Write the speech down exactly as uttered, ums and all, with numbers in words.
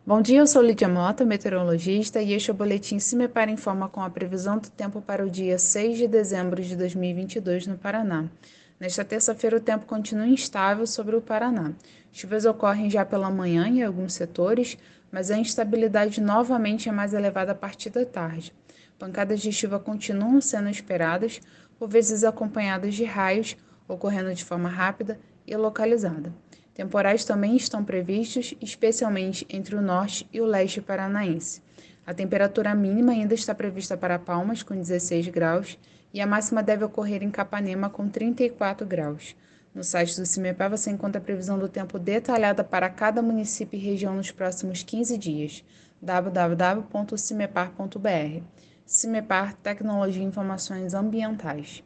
Bom dia, eu sou Lídia Mota, meteorologista, e este é o boletim CIMEPAR Informa com a previsão do tempo para o dia seis de dezembro de dois mil e vinte e dois no Paraná. Nesta terça-feira, o tempo continua instável sobre o Paraná. Chuvas ocorrem já pela manhã em alguns setores, mas a instabilidade novamente é mais elevada a partir da tarde. Pancadas de chuva continuam sendo esperadas, por vezes acompanhadas de raios, ocorrendo de forma rápida e localizada. Temporais também estão previstos, especialmente entre o norte e o leste paranaense. A temperatura mínima ainda está prevista para Palmas, com dezesseis graus, e a máxima deve ocorrer em Capanema, com trinta e quatro graus. No site do CIMEPAR você encontra a previsão do tempo detalhada para cada município e região nos próximos quinze dias. w w w ponto cimepar ponto b r. CIMEPAR Tecnologia e Informações Ambientais.